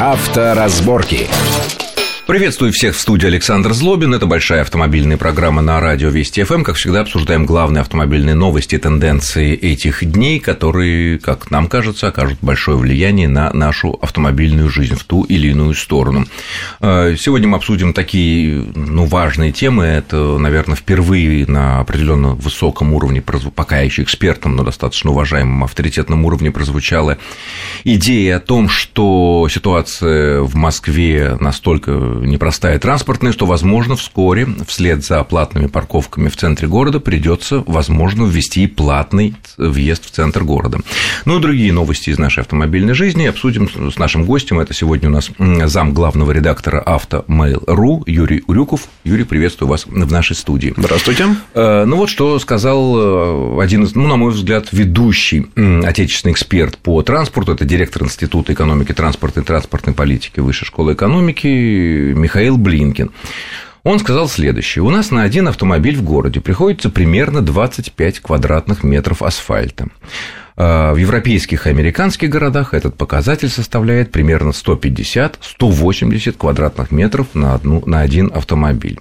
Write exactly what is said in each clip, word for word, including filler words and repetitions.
Авторазборки. Приветствую всех в студии Александр Злобин. Это большая автомобильная программа на радио Вести ФМ. Как всегда, обсуждаем главные автомобильные новости и тенденции этих дней, которые, как нам кажется, окажут большое влияние на нашу автомобильную жизнь в ту или иную сторону. Сегодня мы обсудим такие, ну, важные темы. Это, наверное, впервые на определенно высоком уровне, пока еще экспертном, но достаточно уважаемом авторитетном уровне прозвучала идея о том, что ситуация в Москве настолько непростая транспортная, что, возможно, вскоре вслед за платными парковками в центре города придется, возможно, ввести платный въезд в центр города. Ну и другие новости из нашей автомобильной жизни обсудим с нашим гостем. Это сегодня у нас зам главного редактора Автомейл точка ру Юрий Урюков. Юрий, приветствую вас в нашей студии. Здравствуйте. Ну вот что сказал один из, ну, на мой взгляд, ведущий отечественный эксперт по транспорту. Это директор Института экономики, транспорта и транспортной политики Высшей школы экономики Михаил Блинкин. Он сказал следующее. У нас на один автомобиль в городе приходится примерно двадцать пять квадратных метров асфальта. В европейских и американских городах этот показатель составляет примерно сто пятьдесят - сто восемьдесят квадратных метров на, одну, на один автомобиль.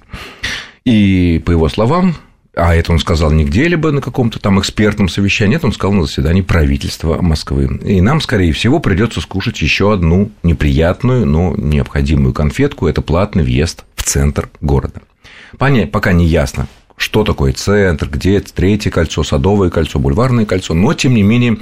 И, по его словам, а это он сказал не где-либо на каком-то там экспертном совещании, это он сказал на заседании правительства Москвы. И нам, скорее всего, придется скушать еще одну неприятную, но необходимую конфетку – это платный въезд в центр города. Пока не ясно, что такое центр, где Третье кольцо, Садовое кольцо, Бульварное кольцо, но, тем не менее,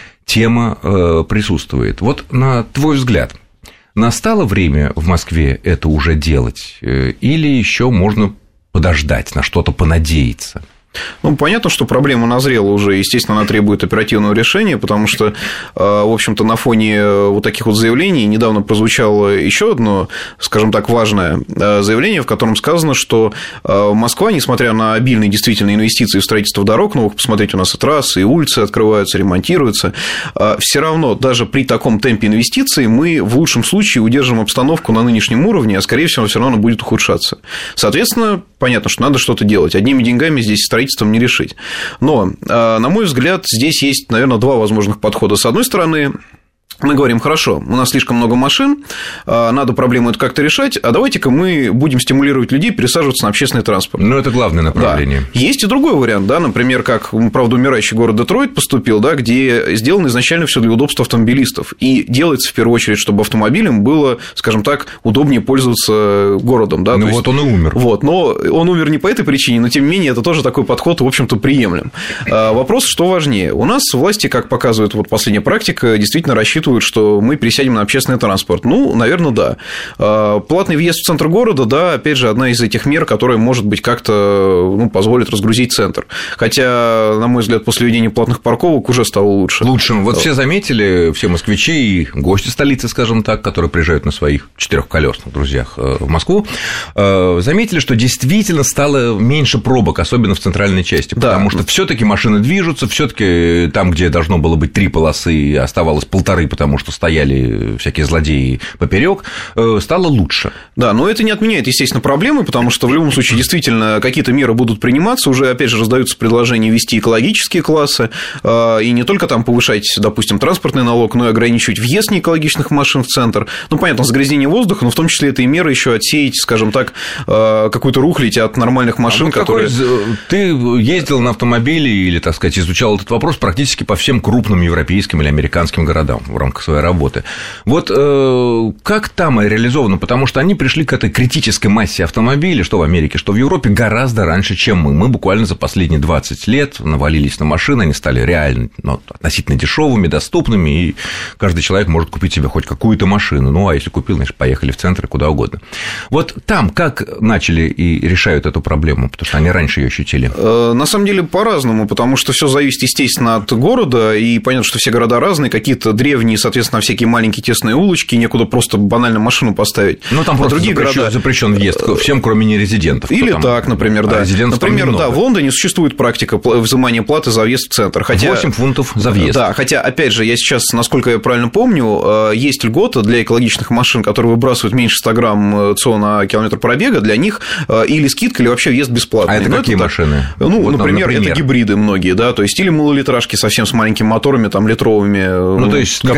тема присутствует. Вот на твой взгляд, настало время в Москве это уже делать, или еще можно подождать, на что-то понадеяться? Ну, понятно, что проблема назрела уже, естественно, она требует оперативного решения, потому что, в общем-то, на фоне вот таких вот заявлений недавно прозвучало еще одно, скажем так, важное заявление, в котором сказано, что Москва, несмотря на обильные действительно инвестиции в строительство дорог новых, посмотрите, у нас и трассы, и улицы открываются, ремонтируются, все равно даже при таком темпе инвестиций мы в лучшем случае удержим обстановку на нынешнем уровне, а, скорее всего, все равно она будет ухудшаться. Соответственно, понятно, что надо что-то делать. Одними деньгами здесь строительством не решить. Но, на мой взгляд, здесь есть, наверное, два возможных подхода. С одной стороны, мы говорим, хорошо, у нас слишком много машин, надо проблему эту как-то решать, а давайте-ка мы будем стимулировать людей пересаживаться на общественный транспорт. Ну, это главное направление. Да. Есть и другой вариант, да, например, как, правда, умирающий город Детройт поступил, да, где сделано изначально все для удобства автомобилистов, и делается, в первую очередь, чтобы автомобилем было, скажем так, удобнее пользоваться городом. Да? Ну, вот есть, он и умер. Вот, но он умер не по этой причине, но, тем не менее, это тоже такой подход, в общем-то, приемлем. Вопрос, что важнее. У нас власти, как показывает вот последняя практика, действительно рассчитывают, что мы пересядем на общественный транспорт. Ну, наверное, да. Платный въезд в центр города, да, опять же, одна из этих мер, которая, может быть, как-то, ну, позволит разгрузить центр. Хотя, на мой взгляд, после введения платных парковок уже стало лучше. Лучше. Вот все заметили, все москвичи и гости столицы, скажем так, которые приезжают на своих четырехколесных друзьях в Москву, заметили, что действительно стало меньше пробок, особенно в центральной части. Да. Потому что все-таки машины движутся, все-таки там, где должно было быть три полосы, оставалось полторы, потому что стояли всякие злодеи поперек, стало лучше. Да, но это не отменяет, естественно, проблемы, потому что в любом случае действительно какие-то меры будут приниматься, уже, опять же, раздаются предложения ввести экологические классы, и не только там повышать, допустим, транспортный налог, но и ограничивать въезд неэкологичных машин в центр. Ну, понятно, загрязнение воздуха, но в том числе это и меры еще отсеять, скажем так, какую-то рухлядь от нормальных машин, а вот которые... Какой... Ты ездил на автомобиле или, так сказать, изучал этот вопрос практически по всем крупным европейским или американским городам в рамках своей работы. Вот э, как там реализовано? Потому что они пришли к этой критической массе автомобилей, что в Америке, что в Европе, гораздо раньше, чем мы. Мы буквально за последние двадцать лет навалились на машины, они стали реально, ну, относительно дешевыми, доступными, и каждый человек может купить себе хоть какую-то машину. Ну, а если купил, значит, поехали в центр и куда угодно. Вот там как начали и решают эту проблему? Потому что они раньше ее ощутили. На самом деле по-разному, потому что все зависит, естественно, от города, и понятно, что все города разные, какие-то древние, соответственно, всякие маленькие тесные улочки, некуда просто банально машину поставить. Ну, там а просто другие запрещен, города... запрещен въезд всем, кроме нерезидентов. Или так, например, да. А например, да, в Лондоне существует практика взимания платы за въезд в центр. Хотя... восемь фунтов за въезд. Да, хотя, опять же, я сейчас, насколько я правильно помню, есть льгота для экологичных машин, которые выбрасывают меньше ста грамм ЦО на километр пробега, для них или скидка, или вообще въезд бесплатный. А это Но какие это машины? Ну, вот, например, например, это гибриды многие, да, то есть или малолитражки совсем с маленькими моторами, там, литровыми. Ну, то есть, которые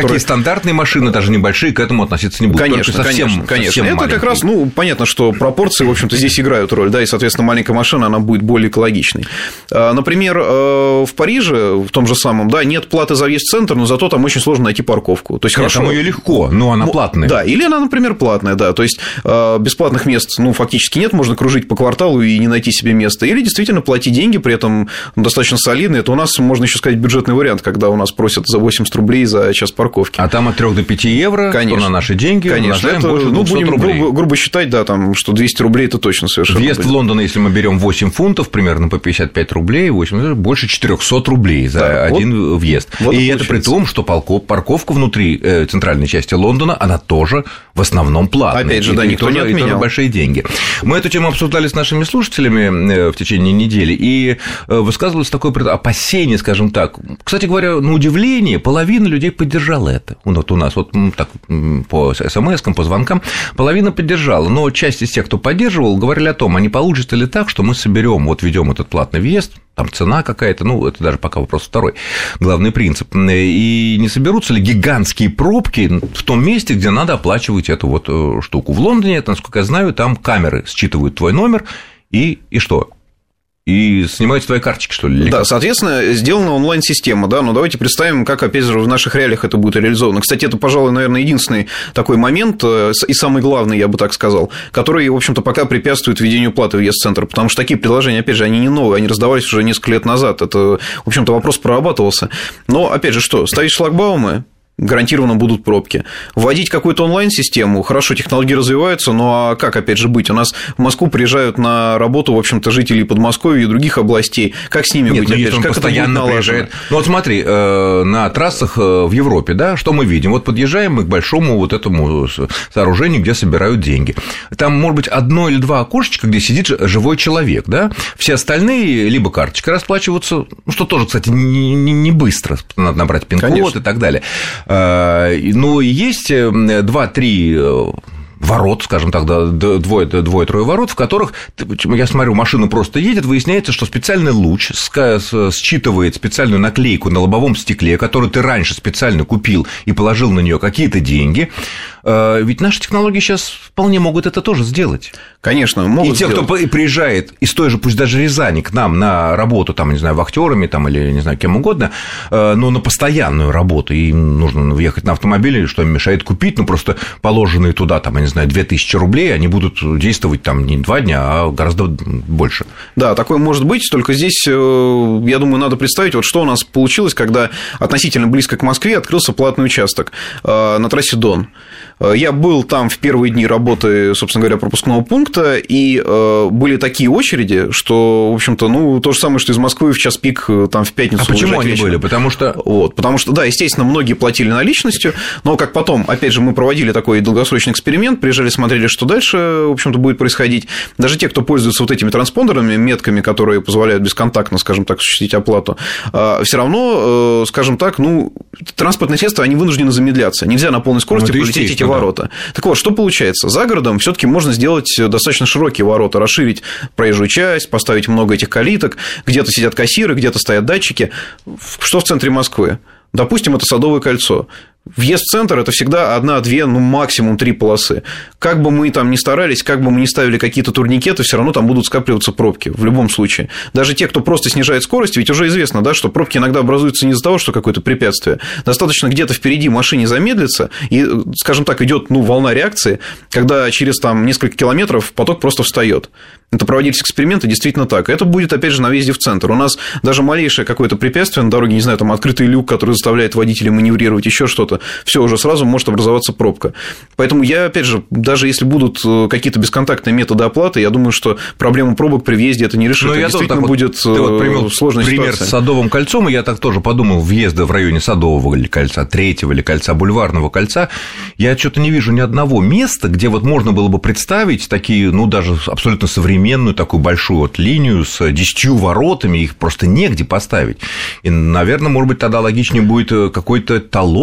которые... стандартные машины, даже небольшие, к этому относиться не будут. Конечно, совсем, конечно, конечно. Совсем это маленькие. Как раз, ну, понятно, что пропорции, в общем-то, здесь играют роль, да, и, соответственно, маленькая машина, она будет более экологичной. Например, в Париже, в том же самом, да, нет платы за въезд в центр, но зато там очень сложно найти парковку. То есть, нет, хорошо. Там ее легко, но она платная. Да, или она, например, платная, да, то есть бесплатных мест, ну, фактически нет, можно кружить по кварталу и не найти себе место, или действительно платить деньги, при этом достаточно солидные. Это у нас, можно еще сказать, бюджетный вариант, когда у нас просят за восемьдесят рублей за час парковки. А там от трёх до пяти евро, конечно, на наши деньги, конечно, это, больше ну, будем грубо, грубо считать, да, там, что двести рублей это точно совершенно. Въезд в Лондон, если мы берем восемь фунтов, примерно по пятьдесят пять рублей, восемь, больше четыреста рублей за да, один вот, въезд. Вот и это при том, что парковка внутри центральной части Лондона, она тоже в основном платная. Опять же, да, и никто тоже, не отменял. И тоже большие деньги. Мы эту тему обсуждали с нашими слушателями в течение недели, и высказывалось такое опасение, скажем так. Кстати говоря, на удивление, половина людей поддержала это. Вот у нас вот так по смс-кам, по звонкам половина поддержала, но часть из тех, кто поддерживал, говорили о том, а не получится ли так, что мы соберем, вот ведем этот платный въезд, там цена какая-то, ну, это даже пока вопрос второй, главный принцип, и не соберутся ли гигантские пробки в том месте, где надо оплачивать эту вот штуку. В Лондоне, это, насколько я знаю, там камеры считывают твой номер, и, и что? И снимают твои карточки, что ли? Да, соответственно, сделана онлайн-система, да, но давайте представим, как, опять же, в наших реалиях это будет реализовано. Кстати, это, пожалуй, наверное, единственный такой момент, и самый главный, я бы так сказал, который, в общем-то, пока препятствует введению платы в въезд-центр, потому что такие предложения, опять же, они не новые, они раздавались уже несколько лет назад, это, в общем-то, вопрос прорабатывался. Но, опять же, что, ставить шлагбаумы? Гарантированно будут пробки. Вводить какую-то онлайн-систему, хорошо, технологии развиваются, но а как, опять же, быть? У нас в Москву приезжают на работу, в общем-то, жители Подмосковья и других областей. Как с ними Нет, быть? Ну, опять же, как постоянно это приезжает. Ну, вот смотри, на трассах в Европе, да, что мы видим? Вот подъезжаем мы к большому вот этому сооружению, где собирают деньги. Там, может быть, одно или два окошечка, где сидит живой человек, да? Все остальные либо карточкой расплачиваются, ну, что тоже, кстати, не, не, не быстро, надо набрать пин-код и так далее. Ну, есть два-три ворот, скажем так, двое-трое двое, ворот, в которых, я смотрю, машина просто едет, выясняется, что специальный луч считывает специальную наклейку на лобовом стекле, которую ты раньше специально купил и положил на нее какие-то деньги. Ведь наши технологии сейчас вполне могут это тоже сделать. Конечно, могут И те, сделать. кто приезжает из той же, пусть даже Рязани, к нам на работу, там, не знаю, вахтерами там, или, не знаю, кем угодно, но на постоянную работу, и им нужно въехать на автомобиле, что им мешает купить, ну, просто положенные туда, там, я не знаю, две тысячи рублей, они будут действовать там не два дня, а гораздо больше. Да, такое может быть, только здесь, я думаю, надо представить, вот что у нас получилось, когда относительно близко к Москве открылся платный участок на трассе Дон. Я был там в первые дни работы, собственно говоря, пропускного пункта, и были такие очереди, что, в общем-то, ну, то же самое, что из Москвы в час пик, там, в пятницу. А почему они вечером были? Потому что... Вот, потому что, да, естественно, многие платили наличностью, но как потом, опять же, мы проводили такой долгосрочный эксперимент, приезжали, смотрели, что дальше, в общем-то, будет происходить. Даже те, кто пользуется вот этими транспондерами, метками, которые позволяют бесконтактно, скажем так, осуществить оплату, все равно, скажем так, ну, транспортные средства, они вынуждены замедляться. Нельзя на полной скорости ну, пролететь эти ворота. Да. Так вот, что получается? За городом все-таки можно сделать достаточно широкие ворота, расширить проезжую часть, поставить много этих калиток, где-то сидят кассиры, где-то стоят датчики. Что в центре Москвы? Допустим, это Садовое кольцо. Въезд в центр – это всегда одна-две, ну, максимум три полосы. Как бы мы там ни старались, как бы мы ни ставили какие-то турникеты, все равно там будут скапливаться пробки в любом случае. Даже те, кто просто снижает скорость, ведь уже известно, да, что пробки иногда образуются не из-за того, что какое-то препятствие. Достаточно где-то впереди машине замедлиться, и, скажем так, идет ну, волна реакции, когда через там, несколько километров поток просто встает. Это проводились эксперименты действительно так. Это будет, опять же, на въезде в центр. У нас даже малейшее какое-то препятствие на дороге, не знаю, там открытый люк, который заставляет водителя маневрировать, еще что-то, все уже сразу может образоваться пробка. Поэтому я, опять же, даже если будут какие-то бесконтактные методы оплаты, я думаю, что проблему пробок при въезде это не решит. Но это я действительно вот, будет вот привел сложная пример ситуация. С Садовым кольцом, и я так тоже подумал, въезда в районе Садового или кольца, Третьего или кольца, Бульварного кольца, я что-то не вижу ни одного места, где вот можно было бы представить такие, ну, даже абсолютно современную такую большую вот линию с десятью воротами, их просто негде поставить. И, наверное, может быть, тогда логичнее будет какой-то талон, что ли,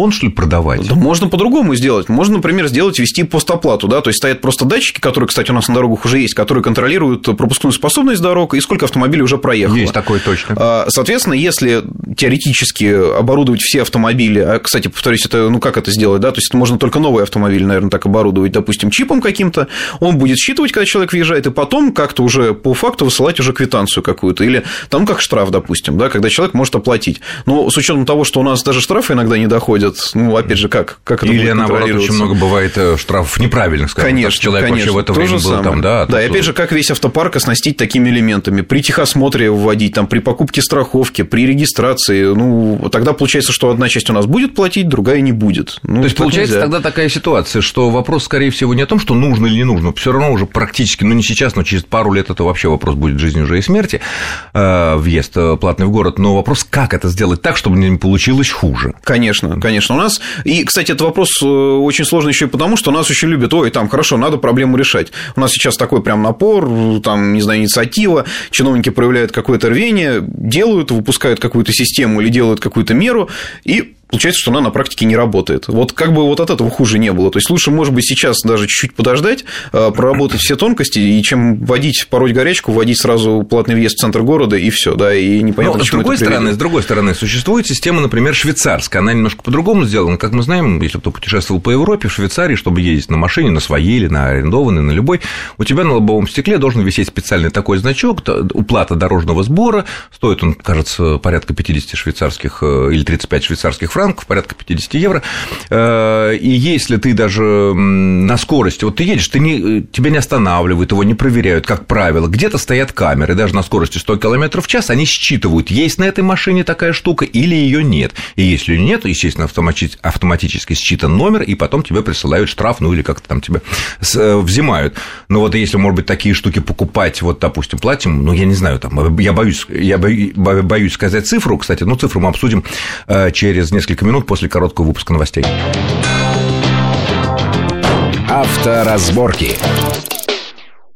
продавать? Да можно по-другому сделать. Можно, например, сделать, ввести постоплату, да, то есть стоят просто датчики, которые, кстати, у нас на дорогах уже есть, которые контролируют пропускную способность дорог и сколько автомобилей уже проехало. Есть такое точно. Соответственно, если теоретически оборудовать все автомобили, а, кстати, повторюсь, это, ну, как это сделать, да, то есть это можно только новый автомобиль, наверное, так оборудовать, допустим, чипом каким-то, он будет считывать, когда человек въезжает, и потом как-то уже по факту высылать уже квитанцию какую-то, или там как штраф, допустим, да, когда человек может оплатить. Но с учетом того, что у нас даже штрафы иногда не доходят, ну, опять же, как, как это или, будет наоборот, очень много бывает штрафов неправильных, скажем, конечно, так, человек конечно, вообще в это время был там, да. Да, и опять же, как весь автопарк оснастить такими элементами, при техосмотре вводить, там, при покупке страховки, при регистрации, ну, тогда получается, что одна часть у нас будет платить, другая не будет. Ну, то есть, получается, нельзя. Тогда такая ситуация, что вопрос, скорее всего, не о том, что нужно или не нужно, все равно уже практически, ну, не сейчас, но через пару лет это вообще вопрос будет жизни уже и смерти, э, въезд платный в город, но вопрос, как это сделать так, чтобы не получилось хуже. Конечно, конечно, у нас, и, кстати, этот вопрос очень сложный еще и потому, что нас очень любят, ой, там, хорошо, надо проблему решать. У нас сейчас такой прям напор, там, не знаю, инициатива, чиновники проявляют какое-то рвение, делают, выпускают какую-то систему или делают какую-то меру, и получается, что она на практике не работает. Вот как бы вот от этого хуже не было. То есть лучше, может быть, сейчас даже чуть-чуть подождать, проработать все тонкости, и чем вводить, пороть горячку, вводить сразу платный въезд в центр города, и все, да, и непонятно, Но, с другой стороны, с другой стороны, существует система, например, швейцарская. Она немножко по-другому сделана. Как мы знаем, если кто путешествовал по Европе, в Швейцарии, чтобы ездить на машине, на своей или на арендованной, на любой, у тебя на лобовом стекле должен висеть специальный такой значок, уплата дорожного сбора, стоит он, кажется, порядка пятьдесят швейцарских или тридцать пять швейцарских франков, порядка пятьдесят евро, и если ты даже на скорости, вот ты едешь, ты не, тебя не останавливают, его не проверяют, как правило, где-то стоят камеры, даже на скорости сто километров в час, они считывают, есть на этой машине такая штука или ее нет, и если нет, естественно, автоматически считан номер, и потом тебе присылают штраф, ну или как-то там тебя взимают. Но вот если, может быть, такие штуки покупать, вот, допустим, платим, ну, я не знаю, там, я боюсь, я боюсь сказать цифру, кстати, ну, цифру мы обсудим через несколько Несколько минут после короткого выпуска новостей. Авторазборки.